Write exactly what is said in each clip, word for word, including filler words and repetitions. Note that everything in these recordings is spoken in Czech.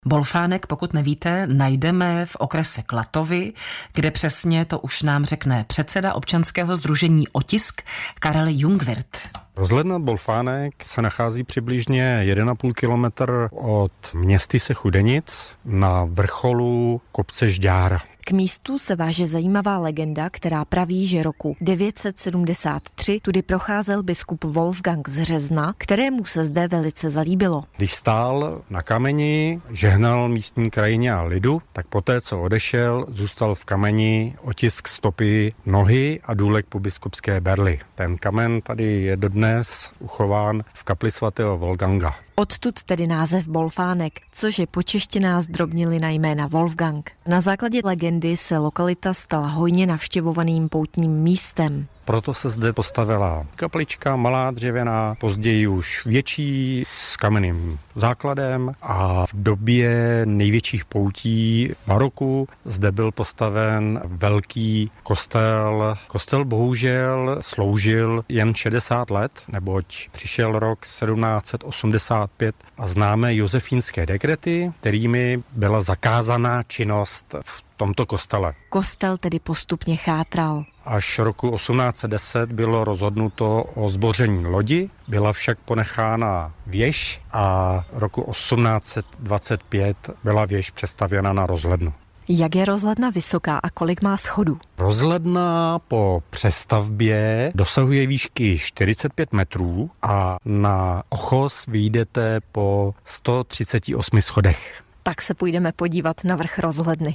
Bolfánek, pokud nevíte, najdeme v okrese Klatovy, kde přesně to už nám řekne předseda občanského sdružení Otisk Karel Jungwirth. Rozhledna Bolfánek se nachází přibližně jeden a půl kilometr od Městyse Chudenic na vrcholu kopce Žďár. K místu se váže zajímavá legenda, která praví, že roku devět set sedmdesát tři tudy procházel biskup Wolfgang z Řezna, kterému se zde velice zalíbilo. Když stál na kameni, žehnal místní krajině a lidu, tak poté, co odešel, zůstal v kameni otisk stopy nohy a důlek po biskupské berli. Ten kamen tady je dodnes uchován v kapli svatého Wolfganga. Odtud tedy název Bolfánek, což je počeštěná zdrobnili na jména Wolfgang. Na základě legendy se lokalita stala hojně navštěvovaným poutním místem. Proto se zde postavila kaplička, malá dřevěná, později už větší s kamenným základem a v době největších poutí v baroku zde byl postaven velký kostel. Kostel bohužel sloužil jen šedesát let, neboť přišel rok sedmnáct set osmdesát pět a známe josefínské dekrety, kterými byla zakázaná činnost v tomto kostele. Kostel tedy postupně chátral. Až roku osmnáct set deset bylo rozhodnuto o zboření lodi, byla však ponechána věž a roku osmnáct set dvacet pět byla věž přestavěna na rozhlednu. Jak je rozhledna vysoká a kolik má schodů? Rozhledna po přestavbě dosahuje výšky čtyřicet pět metrů a na Ochos vyjdete po sto třicet osm schodech. Tak se půjdeme podívat na vrch rozhledny.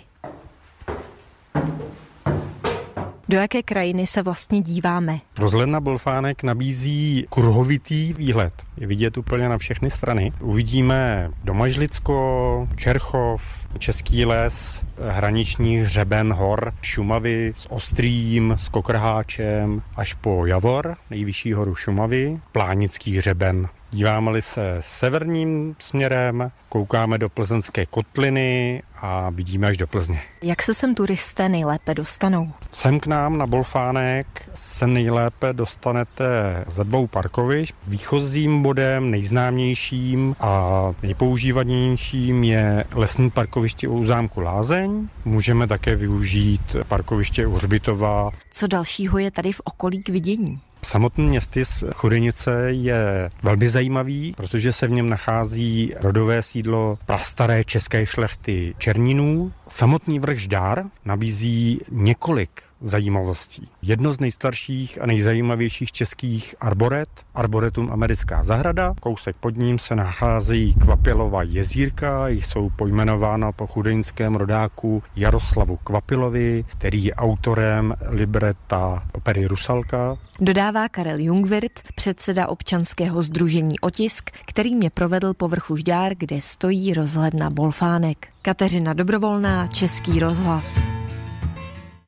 Do jaké krajiny se vlastně díváme? Rozhledna Bolfánek nabízí kruhovitý výhled. Je vidět úplně na všechny strany. Uvidíme Domažlicko, Čerchov, Český les, hraniční hřeben hor Šumavy s Ostrým, s Kokrháčem až po Javor, nejvyšší horu Šumavy, Plánický hřeben. Díváme-li se severním směrem, koukáme do Plzeňské kotliny a vidíme až do Plzně. Jak se sem turisté nejlépe dostanou? Sem k nám na Bolfánek se nejlépe dostanete ze dvou parkovišť. Výchozím bodem, nejznámějším a nejpoužívanějším je lesní parkoviště u zámku Lázeň. Můžeme také využít parkoviště u Hřbitova. Co dalšího je tady v okolí k vidění? Samotný Městys Chudenice je velmi zajímavý, protože se v něm nachází rodové sídlo prastaré české šlechty Černinů. Samotný vrch Žďár nabízí několik zajímavostí. Jedno z nejstarších a nejzajímavějších českých arboret, Arboretum Americká zahrada. Kousek pod ním se nacházejí Kvapilova jezírka, jsou pojmenována po chudeňském rodáku Jaroslavu Kvapilovi, který je autorem libreta opery Rusalka. Dodává Karel Jungwirth, předseda občanského sdružení Otisk, který mě provedl po vrchu Žďár, kde stojí rozhledna Bolfánek. Kateřina Dobrovolná, Český rozhlas.